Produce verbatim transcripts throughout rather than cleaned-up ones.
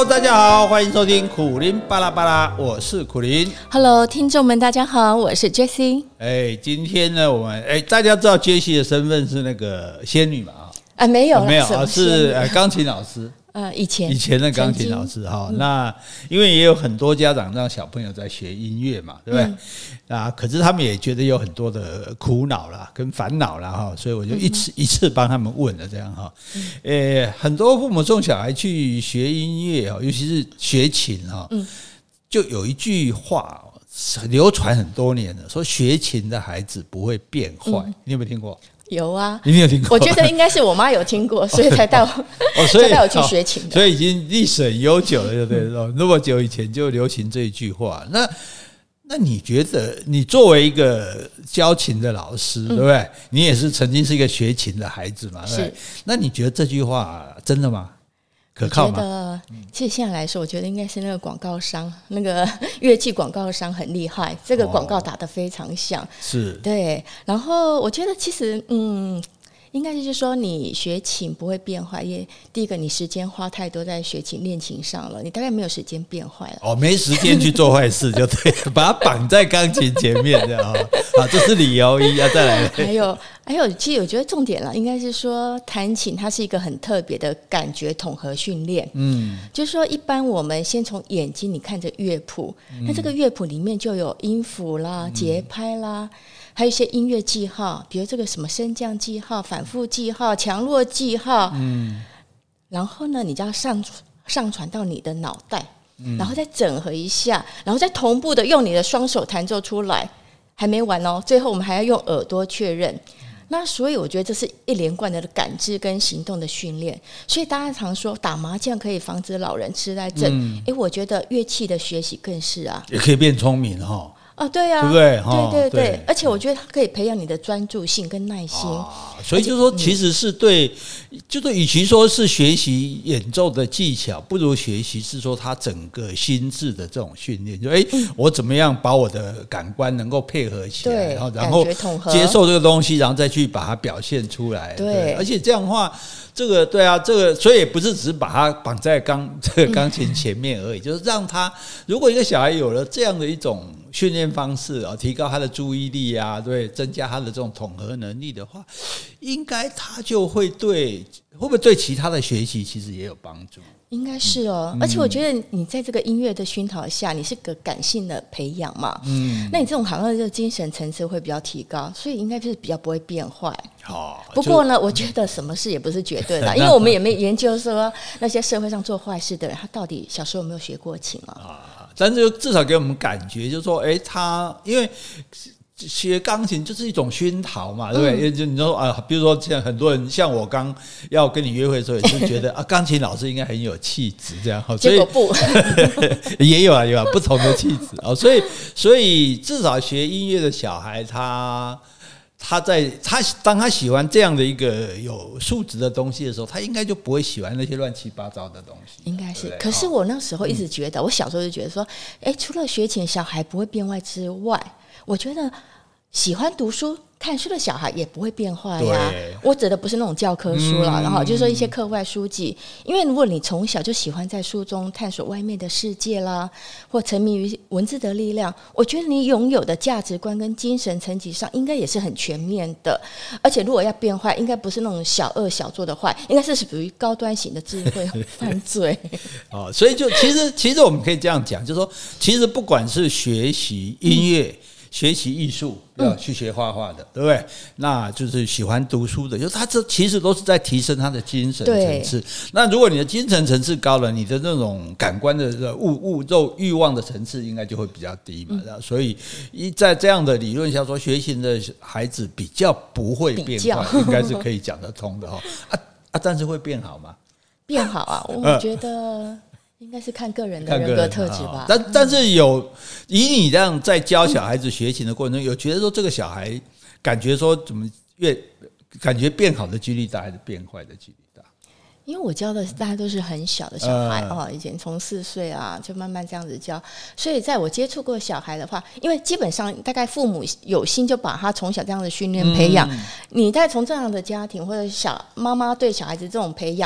Hello， 大家好，欢迎收听苦苓巴拉巴拉，我是苦苓。 Hello， 听众们大家好，我是 Jessie。 哎，今天呢，我们哎，大家知道 Jessie 的身份是那个仙女嘛？ 啊，没有啦， 没有啊，是呃钢琴老师。 呃，以前以前的钢琴老师哈、嗯，那因为也有很多家长让小朋友在学音乐嘛，对不对？嗯、啊，可是他们也觉得有很多的苦恼啦，跟烦恼啦哈，所以我就一次、嗯、一次帮他们问了这样哈。呃、嗯欸，很多父母送小孩去学音乐哈，尤其是学琴哈，嗯，就有一句话流传很多年了，说学琴的孩子不会变坏、嗯，你有没有听过？ 有啊， 你有听过？ 我觉得应该是我妈有听过，所以才带我，哦，所以带我去学琴的。 所以已经历史很悠久了，对不对？嗯、那么久以前就流行这一句话。那那你觉得，你作为一个教琴的老师，嗯、对不对？你也是曾经是一个学琴的孩子嘛，对不对？那你觉得这句话真的吗？可靠吗？ 我觉得，其实现在来说，我觉得应该是那个广告商，那个乐器广告商很厉害，这个广告打得非常像，哦、 是对。然后我觉得，其实，嗯。应该就是说，你学琴不会变坏，因为第一个，你时间花太多在学琴练琴上了，你大概没有时间变坏了。 哦，没时间去做坏事就对了，把它绑在钢琴前面这样啊，这是理由一啊，再来。 还有还有，其实我觉得重点了，应该是说弹琴它是一个很特别的感觉统合训练。嗯，就是说，一般我们先从眼睛你看着乐谱，嗯、那这个乐谱里面就有音符啦、节拍啦。嗯，还有一些音乐记号，比如这个什么升降记号、反复记号、强弱记号，嗯，然后呢，你就要上上传到你的脑袋，嗯，然后再整合一下，然后再同步的用你的双手弹奏出来，还没完哦，最后我们还要用耳朵确认。那所以我觉得这是一连贯的感知跟行动的训练，所以大家常说打麻将可以防止老人痴呆症，嗯，诶，我觉得乐器的学习更是啊， 也可以变聪明哈。 哦，对啊， 对不对？ 对对 对, 对，而且我觉得它可以培养你的专注性跟耐心。啊、 所以就说，其实是对，嗯、就是与其说是学习演奏的技巧，不如学习是说他整个心智的这种训练。就哎，嗯、我怎么样把我的感官能够配合起来，然后然后接受这个东西，然后再去把它表现出来。对，对而且这样的话。这个对啊，这个所以也不是只是把它绑在钢这个钢琴前面而已，嗯、就是让他，如果一个小孩有了这样的一种训练方式啊，提高他的注意力啊，对，增加他的这种统合能力的话，应该他就会对，会不会对其他的学习其实也有帮助？ 应该是哦，嗯、而且我觉得你在这个音乐的熏陶下，你是个感性的培养嘛，嗯，那你这种好像就精神层次会比较提高，所以应该就是比较不会变坏。哦，不过呢，我觉得什么事也不是绝对的，因为我们也没研究说那些社会上做坏事的人，他到底小时候有没有学过琴啊？ 啊，但是至少给我们感觉，就是说，哎，他因为。学钢琴就是一种熏陶嘛，对不对？就、嗯、你说啊，比如说像很多人，像我刚要跟你约会的时候，也是觉得啊，钢琴老师应该很有气质，这样。 结果不， 也有啊，有啊，不同的气质啊。所以，所以至少学音乐的小孩，他他在他当他喜欢这样的一个有素质的东西的时候，他应该就不会喜欢那些乱七八糟的东西。 应该是，对对可是我那时候一直觉得，嗯、我小时候就觉得说，哎，除了学琴小孩不会变坏之外，我觉得。喜欢读书看书的小孩也不会变坏呀、啊。我指的不是那种教科书啦，嗯、然后就是说一些课外书籍。因为如果你从小就喜欢在书中探索外面的世界啦，或沉迷于文字的力量，我觉得你拥有的价值观跟精神层级上应该也是很全面的。而且如果要变坏，应该不是那种小恶小作的坏，应该是属于高端型的智慧犯罪。 哦，所以就其实其实我们可以这样讲，就是说，其实不管是学习音乐。嗯学习艺术要去学画画的，嗯、对不对？那就是喜欢读书的，就是他这其实都是在提升他的精神层次。那如果你的精神层次高了，你的那种感官的物物肉欲望的层次应该就会比较低嘛。嗯、所以一在这样的理论下说，学琴的孩子比较不会变坏，应该是可以讲得通的哈。啊啊，但是会变好吗？ 变好啊，我觉得。应该是看个人的人格特质吧， 但但是有以你这样在教小孩子学琴的过程中，有觉得说这个小孩感觉说怎么越感觉变好的几率大还是变坏的几率大？ 因为我教的大家都是很小的小孩、呃、哦，以前从四岁啊就慢慢这样子教，所以在我接触过小孩的话，因为基本上大概父母有心就把他从小这样的训练培养，嗯、你在从这样的家庭或者小妈妈对小孩子这种培养。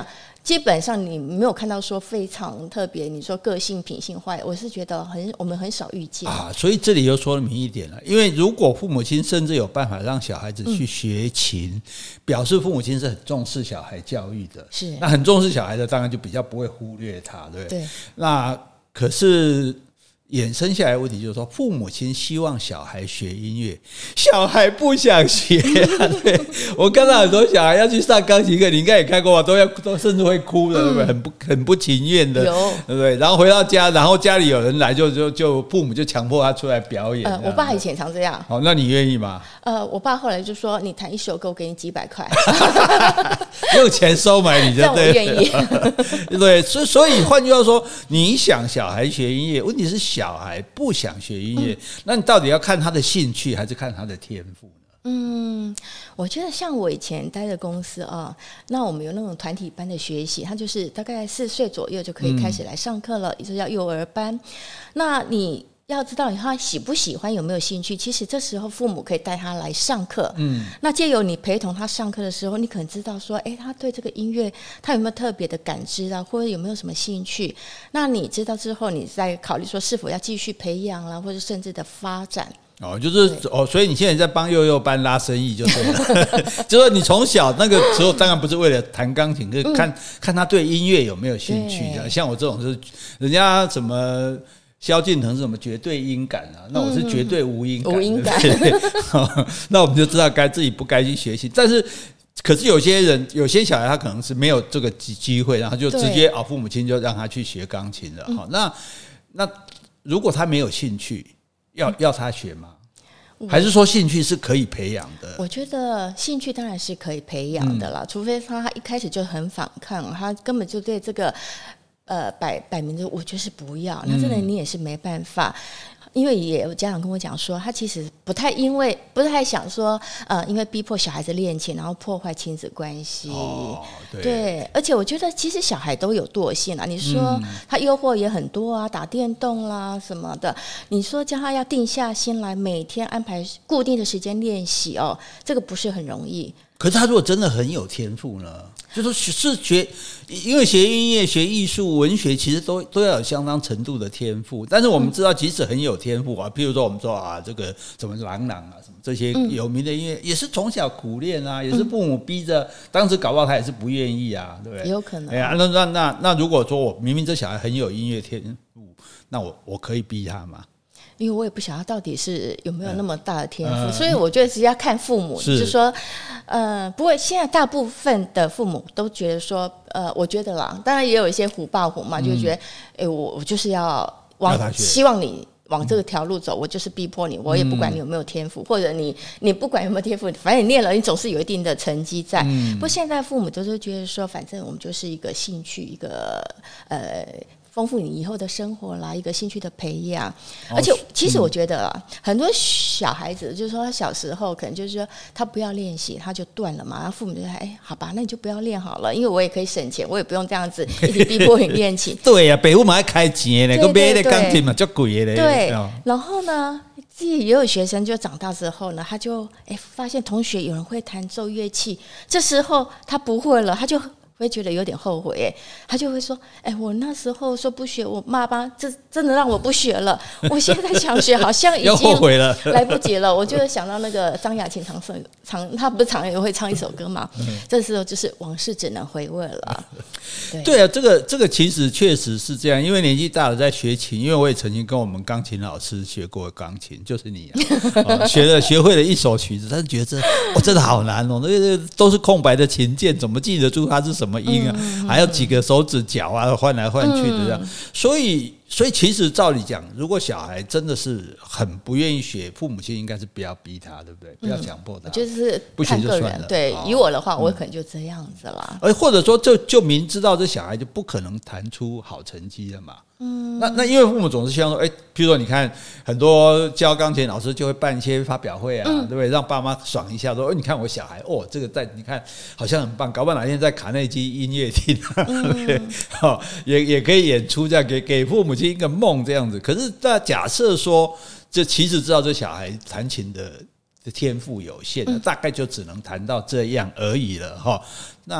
基本上你没有看到说非常特别，你说个性品性坏，我是觉得很我们很少遇见啊。所以这里又说明一点了，因为如果父母亲甚至有办法让小孩子去学琴，嗯、表示父母亲是很重视小孩教育的。 是， 那很重视小孩的，当然就比较不会忽略他，对不对？ 对。 那可是衍生下来的问题就是说，父母亲希望小孩学音乐，小孩不想学、啊。对，我看到很多小孩要去上钢琴课，你应该也看过吧，都要都甚至会哭的，对不对？很不很不情愿的，对不对？然后回到家，然后家里有人来就，就就父母就强迫他出来表演。 呃，我爸以前常这样。 好，那你愿意吗？ 呃，我爸后来就说：“你弹一首歌，我给你几百块， 用钱收买你就对了。” 这样我愿意。对，所以所以换句话说，你想小孩学音乐，问题是小孩不想学音乐，嗯、那你到底要看他的兴趣，还是看他的天赋呢？ 嗯，我觉得像我以前待的公司啊，那我们有那种团体班的学习，他就是大概四岁左右就可以开始来上课了，也、嗯、就是叫幼儿班。那你要知道他喜不喜欢，有没有兴趣，其实这时候父母可以带他来上课。嗯，那藉由你陪同他上课的时候，你可能知道说，哎，他对这个音乐他有没有特别的感知啊，或者有没有什么兴趣？那你知道之后，你再考虑说是否要继续培养啦，或者甚至的发展。 哦，就是哦，所以你现在在帮幼幼班拉生意就对了，就是你从小那个时候当然不是为了弹钢琴，可是看、嗯、看他对音乐有没有兴趣的。像我这种是人家什么萧敬腾是什么绝对音感啊，那我是绝对无音感， 无音感， 那我们就知道该自己不该去学习，但是。可是有些人，有些小孩他可能是没有这个机会，然后就直接啊，父母亲就让他去学钢琴了。好、嗯，那那如果他没有兴趣，要要他学吗？还是说兴趣是可以培养的？ 我觉得兴趣当然是可以培养的啦，嗯、除非他一开始就很反抗，他根本就对这个呃摆摆明着我就是不要，那这个你也是没办法。因为也有家长跟我讲说，他其实不太因为不太想说，呃，因为逼迫小孩子练琴，然后破坏亲子关系。 哦，对。 对，而且我觉得其实小孩都有惰性啊。你说他诱惑也很多啊，打电动啦什么的。你说叫他要定下心来，每天安排固定的时间练习哦，这个不是很容易。 可是他如果真的很有天赋呢？就是是学，因为学音乐、学艺术、文学，其实都都要有相当程度的天赋。但是我们知道，即使很有天赋啊，譬如说我们说啊，这个什么郎朗啊，什么这些有名的音乐，也是从小苦练啊，也是父母逼着。当时搞不好他也是不愿意啊，对不对？ 有可能。 哎呀，那那那那如果说我明明这小孩很有音乐天赋，那我我可以逼他吗？ 因为我也不晓得到底是有没有那么大的天赋，嗯、所以我觉得是要看父母，是就是说，呃，不过现在大部分的父母都觉得说，呃，我觉得啦，当然也有一些虎爸虎妈，就觉得，哎、嗯，我我就是要往希望你往这个条路走，我就是逼迫你，我也不管你有没有天赋，嗯、或者你你不管有没有天赋，反正你练了，你总是有一定的成绩在。嗯、不过现在父母都是觉得说，反正我们就是一个兴趣，一个呃。丰富你以后的生活啦，一个兴趣的培养，而且其实我觉得啊，嗯、很多小孩子就是说他小时候可能就是说他不要练习，他就断了嘛，然后父母就说：“哎，好吧，那你就不要练好了，因为我也可以省钱，我也不用这样子一直逼迫你练琴。” 对呀、啊，北部嘛要开钱嘞，个买的钢琴嘛就贵嘞。 对，然后呢，自己也有学生就长大之后呢，他就哎发现同学有人会弹奏乐器，这时候他不会了，他就。会觉得有点后悔，哎，他就会说：“哎，我那时候说不学，我妈妈这真的让我不学了。我现在想学，好像已经后悔了， 来不及了。”我就想到那个张雅琴常唱，他不是常也会唱一首歌嘛？嗯、这时候就是往事只能回味了。对, 对啊，这个这个其实确实是这样，因为年纪大了在学琴，因为我也曾经跟我们钢琴老师学过钢琴，就是你、啊哦、学了学会了一首曲子，但是觉得这哦真的好难哦，那个都是空白的琴键，怎么记得住它是什么？什么音啊？嗯、还有几个手指脚啊，换来换去的这样，嗯、所以，所以其实照理讲，如果小孩真的是很不愿意学，父母亲应该是不要逼他，对不对？不要强迫他， 嗯、就是不学就算了。 对， 哦、 以我的话，我可能就这样子啦。 而或者说就，就就明知道这小孩就不可能弹出好成绩了嘛。嗯，那那因为父母总是希望说，哎、欸，譬如说你看很多教钢琴老师就会办一些发表会啊，嗯、对不对？让爸妈爽一下，说，哎、欸，你看我小孩，哦，这个在你看好像很棒，搞不好哪天在卡内基音乐厅，嗯哦、也也可以演出，这样给给父母亲一个梦这样子。可是那假设说，这其实知道这小孩弹琴的天赋有限，嗯、大概就只能弹到这样而已了哈。那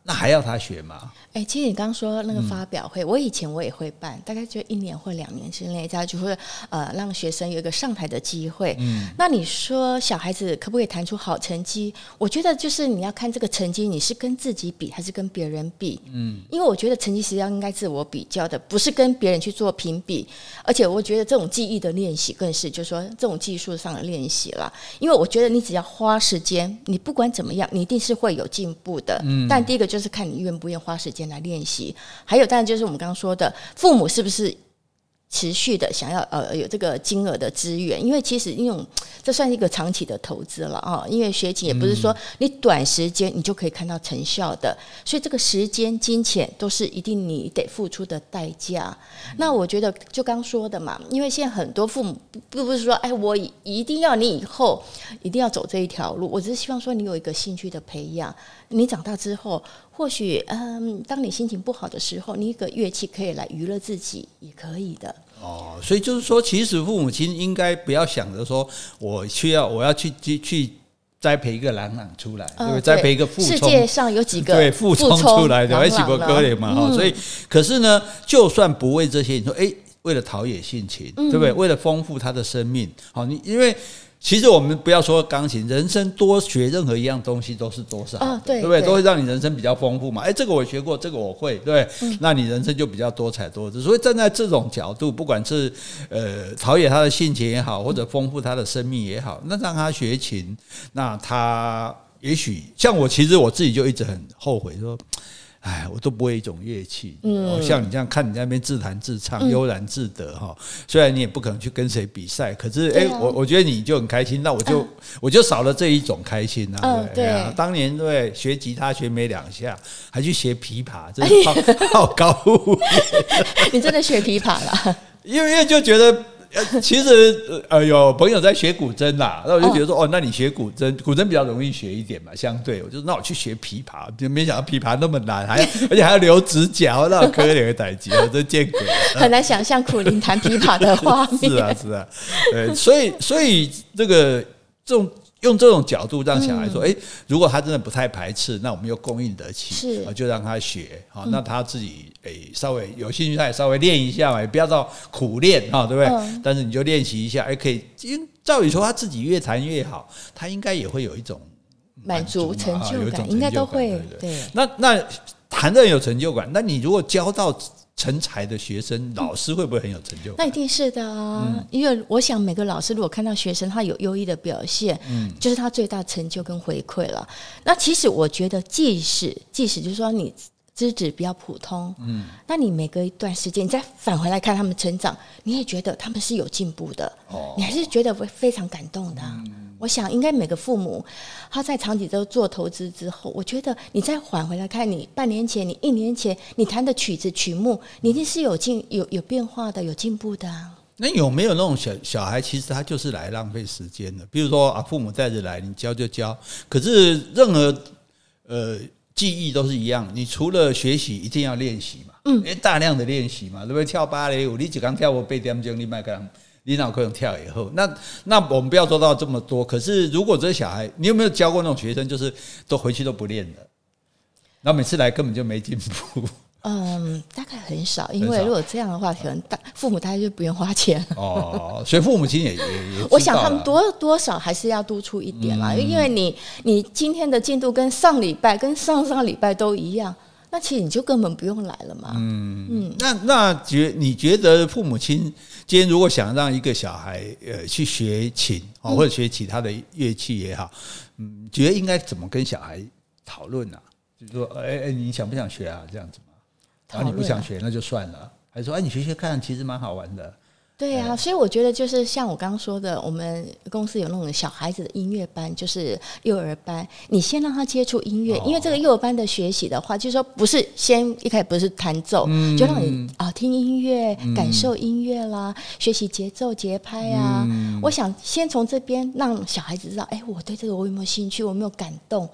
那还要他学吗？ 哎，其实你刚刚说那个发表会，嗯、我以前我也会办，大概就一年或两年之内，他就会呃让学生有一个上台的机会。嗯，那你说小孩子可不可以弹出好成绩？我觉得就是你要看这个成绩，你是跟自己比还是跟别人比？嗯，因为我觉得成绩实际上应该自我比较的，不是跟别人去做评比。而且我觉得这种记忆的练习更是，就是说这种技术上的练习啦。因为我觉得你只要花时间，你不管怎么样，你一定是会有进步的。嗯，但第一个就是看你愿不愿意花时间来练习，还有当然就是我们刚刚说的，父母是不是持续的想要呃有这个金额的资源，因为其实因为这算是一个长期的投资了啊，因为学琴也不是说你短时间你就可以看到成效的，所以这个时间金钱都是一定你得付出的代价。那我觉得就刚说的嘛，因为现在很多父母不不是说哎我一定要你以后一定要走这一条路，我只是希望说你有一个兴趣的培养，你长大之后或许嗯，当你心情不好的时候，你一个乐器可以来娱乐自己也可以的。 哦，所以就是说，其实父母亲应该不要想着说，我需要我要去去去栽培一个朗朗出来， 嗯、 对不对？栽培一个附冲， 世界上有几个对附冲出来的，一起过歌里嘛哈。所以，可是呢，就算不为这些，你说，哎，为了陶冶性情，对不对？嗯、为了丰富他的生命，好，你因为。其实我们不要说钢琴，人生多学任何一样东西都是多少， 哦、对, 对不对？都会让你人生比较丰富嘛。哎，这个我学过，这个我会，对不对？嗯、那你人生就比较多彩多姿。所以站在这种角度，不管是呃陶冶他的性情也好，或者丰富他的生命也好，那让他学琴，那他也许像我，其实我自己就一直很后悔说。哎，我都不会一种乐器，嗯，像你这样看你在那边自弹自唱，悠然自得哈。虽然你也不可能去跟谁比赛，可是哎、啊欸，我我觉得你就很开心，那我就、嗯、我就少了这一种开心啊。 嗯，对。 对啊，当年对学吉他学没两下，还去学琵琶，真是好好高骛远。 你真的学琵琶了？ 因为因为就觉得。其实呃有朋友在学古筝啦，那我就觉得说 哦, 哦，那你学古筝，古筝比较容易学一点嘛，相对我就那我去学琵琶，就没想到琵琶那么难，还而且还要留指甲，那可怜的代志，我真见鬼了， 很难想象苦苓弹琵琶的画面。 是啊是啊，对，所以所以这个这种。用这种角度让小孩说，哎、嗯，如果他真的不太排斥，那我们又供应得起，是就让他学，好、嗯，那他自己诶稍微有兴趣，他也稍微练一下嘛，也不要到苦练哈，对不对？嗯、但是你就练习一下，哎，可以，因为照理说他自己越弹越好，他应该也会有一种满足成就感，应该都会对。 那那弹得很有成就感，那你如果教到成才的学生，老师会不会很有成就感？ 那一定是的啊、嗯，因为我想每个老师如果看到学生他有优异的表现，嗯，就是他最大成就跟回馈了。那其实我觉得，即使即使就是说你资质比较普通，嗯，那你每隔一段时间你再返回来看他们成长，你也觉得他们是有进步的，哦，你还是觉得会非常感动的、啊。嗯，我想应该每个父母他在长期都做投资之后，我觉得你再缓回来看你半年前你一年前你弹的曲子曲目，你一定是有进有有变化的，有进步的、啊。 那有没有那种小小孩其实他就是来浪费时间的，比如说啊父母带着来你教就教，可是任何呃记忆都是一样，你除了学习一定要练习嘛，嗯，大量的练习嘛，对不对？跳芭蕾舞你一天跳过八点钟，你别跟你脑壳跳以后，那那我们不要做到这么多。可是如果这些小孩，你有没有教过那种学生，就是都回去都不练的，然后每次来根本就没进步？ 嗯，大概很少，因为如果这样的话，可能大父母大概就不用花钱哦。所以父母亲也也也， 我想他们多多少还是要督促一点啦，嗯、因为你你今天的进度跟上礼拜、跟上上礼拜都一样。那其实你就根本不用来了嘛。嗯嗯，那那觉你觉得父母亲今天如果想让一个小孩呃去学琴哦，或者学其他的乐器也好，嗯，觉得应该怎么跟小孩讨论呢？就是说，哎、欸、哎，你想不想学啊？这样子嘛。然后你不想学那就算了，还是说哎你学学看，其实蛮好玩的。 对啊，所以我觉得就是像我刚刚说的，我们公司有那种小孩子的音乐班，就是幼儿班。你先让他接触音乐，哦、因为这个幼儿班的学习的话，就是说不是先一开始不是弹奏，嗯、就让你啊听音乐、嗯、感受音乐啦，学习节奏节拍啊。嗯、我想先从这边让小孩子知道，哎，我对这个我有没有兴趣，我有没有感动。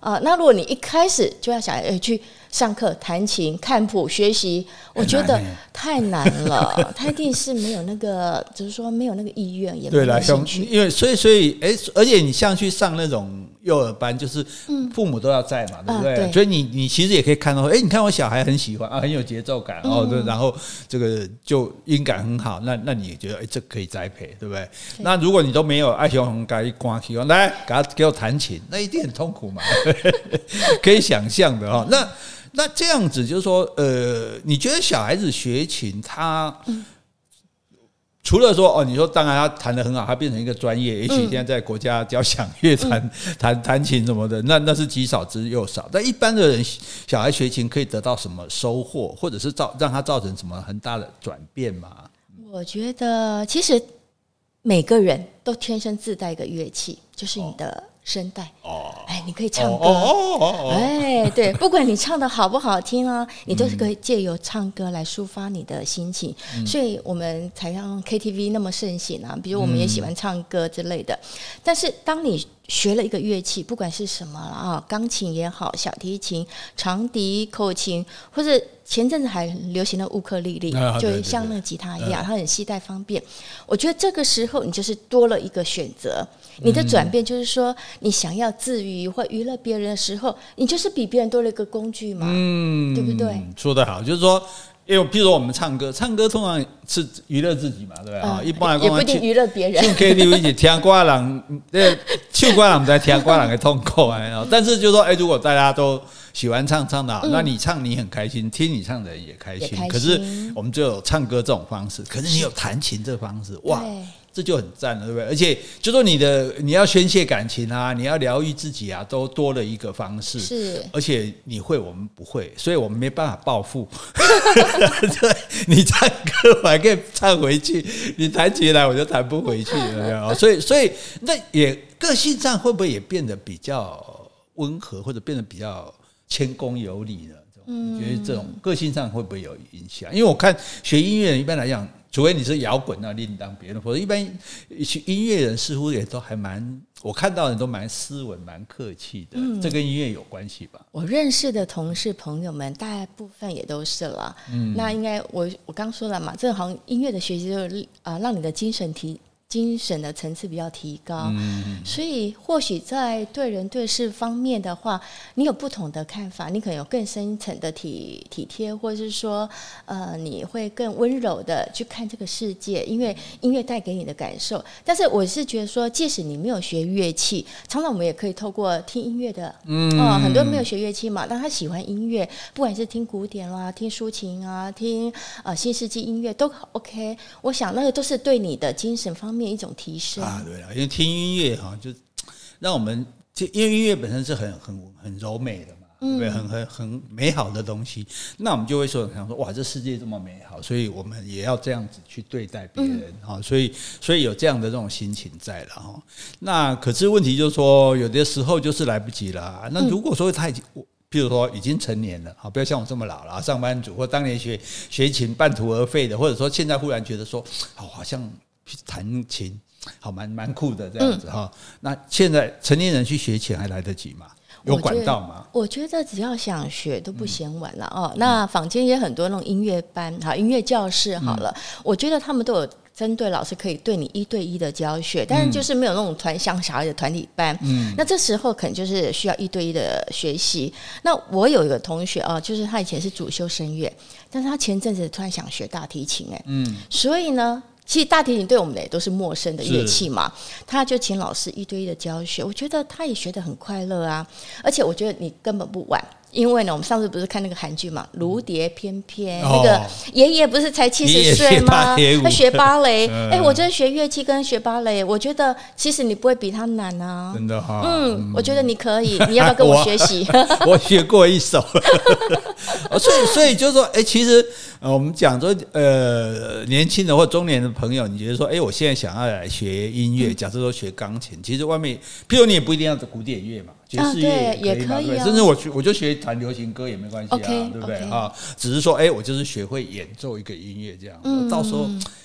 啊、呃。那如果你一开始就要想要去上课弹琴、看谱、学习，我觉得太难了，他一定是没有那个，就是说没有那个意愿，也没有兴趣。 因为所以所以哎，而且你像去上那种幼儿班，就是父母都要在嘛，嗯、对不对？啊、对，所以你你其实也可以看到，哎，你看我小孩很喜欢啊，很有节奏感、嗯、哦，对，然后这个就音感很好，那那你也觉得哎，这可以栽培，对不对？对，那如果你都没有爱熊红给关起来，给他给我弹琴，那一定很痛苦嘛，可以想象的哈、哦。那那这样子就是说，呃，你觉得小孩子学琴他？嗯，除了说哦，你说当然他弹得很好，他变成一个专业，也许现在在国家交响乐弹弹弹琴什么的，那那是极少之又少。但一般的人，小孩学琴可以得到什么收获，或者是造让他造成什么很大的转变吗？ 我觉得其实每个人都天生自带一个乐器，就是你的声带哦，哎，你可以唱歌哦，哦哦哎，对，不管你唱的好不好听啊，你都是可以借由唱歌来抒发你的心情，嗯、所以我们才让 K T V 那么盛行啊。比如我们也喜欢唱歌之类的，嗯、但是当你学了一个乐器，不管是什么啊，钢琴也好，小提琴、长笛、口琴，或者前阵子还流行的乌克丽丽，啊、就像那个吉他一样，啊、它很携带方便。我觉得这个时候你就是多了一个选择。你的转变就是说，你想要自娱或娱乐别人的时候，你就是比别人多了一个工具嘛，嗯，对不对？ 说得好，就是说，因为譬如说我们唱歌，唱歌通常是娱乐自己嘛，对不对？嗯、一般来讲， 也不一定娱乐别人。 去 K T V 是听歌的人，呃，唱歌的人在听歌人的痛苦啊。但是就是说，哎，如果大家都喜欢唱唱的好，嗯、那你唱你很开心，听你唱的人也开心。开心可是我们就有唱歌这种方式，可是你有弹琴这方式，哇！这就很赞了，对不对？而且就说你的你要宣泄感情啊，你要疗愈自己啊，都多了一个方式。是，而且你会，我们不会，所以我们没办法报复。对，你唱歌我还可以唱回去，你弹起来我就弹不回去了。所以，所以那也个性上会不会也变得比较温和，或者变得比较谦恭有礼呢？你觉得这种个性上会不会有影响？因为我看学音乐人一般来讲，除非你是摇滚那另当别论，否则一般音乐人似乎也都还蛮，我看到的人都蛮斯文、蛮客气的。嗯、这跟音乐有关系吧？ 我认识的同事朋友们，大部分也都是了。嗯、那应该我我刚说了嘛，这行音乐的学习就是啊、呃，让你的精神提。精神的层次比较提高，嗯、所以或许在对人对事方面的话，你有不同的看法，你可能有更深层的体体贴，或者是说，呃，你会更温柔的去看这个世界，因为音乐带给你的感受。但是我是觉得说，即使你没有学乐器，常常我们也可以透过听音乐的，嗯、呃，很多人没有学乐器嘛，但他喜欢音乐，不管是听古典啦、听抒情啊、听呃新世纪音乐都 OK。我想那个都是对你的精神方面一种提升啊，对了，因为听音乐哈，就让我们，因为音乐本身是很很很柔美的嘛，嗯、对不对？很很很美好的东西，那我们就会说想说，哇，这世界这么美好，所以我们也要这样子去对待别人哈、嗯，所以所以有这样的这种心情在了哈。那可是问题就是说，有的时候就是来不及了。那如果说他已经，嗯譬如说已经成年了，不要像我这么老了，上班族或当年学学琴半途而废的，或者说现在忽然觉得说，哦，好像弹琴好蛮蛮酷的这样子哈。嗯、那现在成年人去学琴还来得及吗？有管道吗？ 我觉得只要想学都不嫌晚了、嗯、哦。那坊间也很多那种音乐班哈，音乐教室好了，嗯、我觉得他们都有针对老师可以对你一对一的教学，但是就是没有那种团像小孩的团体班。嗯，那这时候可能就是需要一对一的学习。那我有一个同学啊，就是他以前是主修声乐，但是他前阵子突然想学大提琴，哎，嗯，所以呢。其实大提琴对我们也都是陌生的乐器嘛，他就请老师一对一的教学，我觉得他也学得很快乐啊，而且我觉得你根本不晚。因为呢，我们上次不是看那个韩剧嘛，《如蝶翩翩》，那个爷爷不是才七十岁吗？他学芭蕾，哎、欸，我觉得学乐器跟学芭蕾，我觉得其实你不会比他难啊。 真的哈、哦， 嗯，我觉得你可以，你要不要跟我学习？ 我, 我学过一首，所以所以就是说，哎、欸，其实呃，我们讲说，呃，年轻的或中年的朋友，你觉得说，哎、欸，我现在想要来学音乐，假设说学钢琴，其实外面，譬如你也不一定要古典乐嘛。爵士乐也可以嘛、啊、对，甚至我我就学弹流行歌也没关系啊， okay, 对不对啊？ okay. 只是说，哎、欸，我就是学会演奏一个音乐这样，嗯、到时候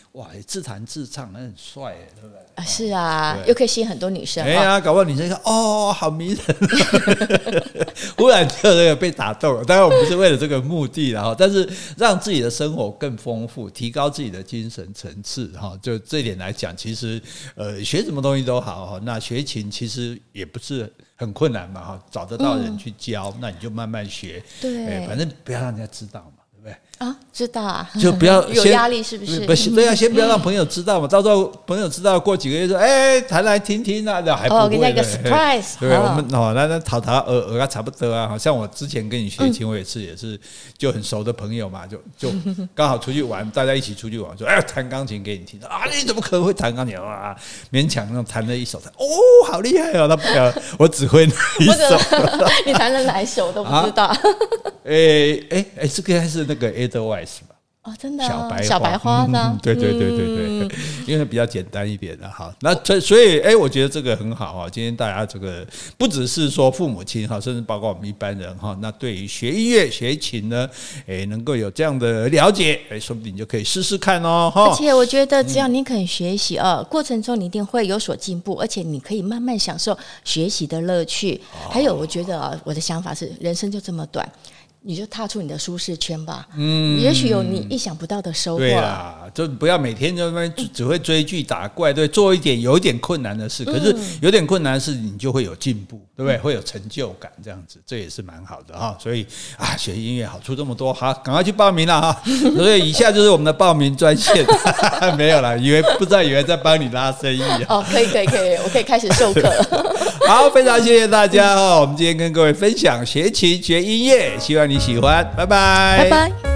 哇，自弹自唱那很帅，对不对？ 啊，是啊，又可以吸引很多女生。 哎呀、啊，搞不好女生说哦，好迷人，忽然就这个被打动了。当然我们不是为了这个目的啦，但是让自己的生活更丰富，提高自己的精神层次哈。就这一点来讲，其实呃学什么东西都好，那学琴其实也不是很困难嘛哈，找得到人去教，嗯、那你就慢慢学。 对、 哎，反正不要让人家知道嘛。 啊，知道啊， 就不要有压力，是不是？ 不是，对啊，先不要让朋友知道嘛，到时候朋友知道，过几个月说，哎、欸，弹来听听啊，那还不会。 哦，给他一个 surprise。 对，我们哦，那那淘淘鹅鹅啊，差不多啊。好像我之前跟你学琴，我也是也是就很熟的朋友嘛，就就刚好出去玩，大家一起出去玩，说哎，弹钢琴给你听啊，你怎么可能会弹钢琴啊？勉强那种弹了一首，哦，好厉害哦，他不要我只会那一首， 你弹了哪一首都不知道。 哎哎哎，这个还是那个 Edelweiss 吧？ 哦，真的、啊， 小白花， 小白花呢、 嗯？对对对对对，嗯、因为比较简单一点的哈。那所以，哎、欸，我觉得这个很好啊。今天大家这个不只是说父母亲哈，甚至包括我们一般人哈，那对于学音乐、学琴呢，哎、欸，能够有这样的了解，哎、欸，说不定你就可以试试看哦。 而且我觉得，只要你肯学习啊，过程中你一定会有所进步，而且你可以慢慢享受学习的乐趣。哦、还有，我觉得啊，我的想法是，人生就这么短。你就踏出你的舒适圈吧，嗯，也许有你意想不到的收获。 对啦，就不要每天就只会追剧打怪，对，做一点有一点困难的事，可是有点困难的事你就会有进步，对不对？会有成就感，这样子，这也是蛮好的哈。所以啊，学音乐好处这么多，好，赶快去报名了哈。所以以下就是我们的报名专线，没有啦，以为不知道以为在帮你拉生意哦，可以可以可以，我可以开始授课。 好，非常谢谢大家哦，我们今天跟各位分享学琴学音乐，希望你喜欢，拜拜， 拜拜。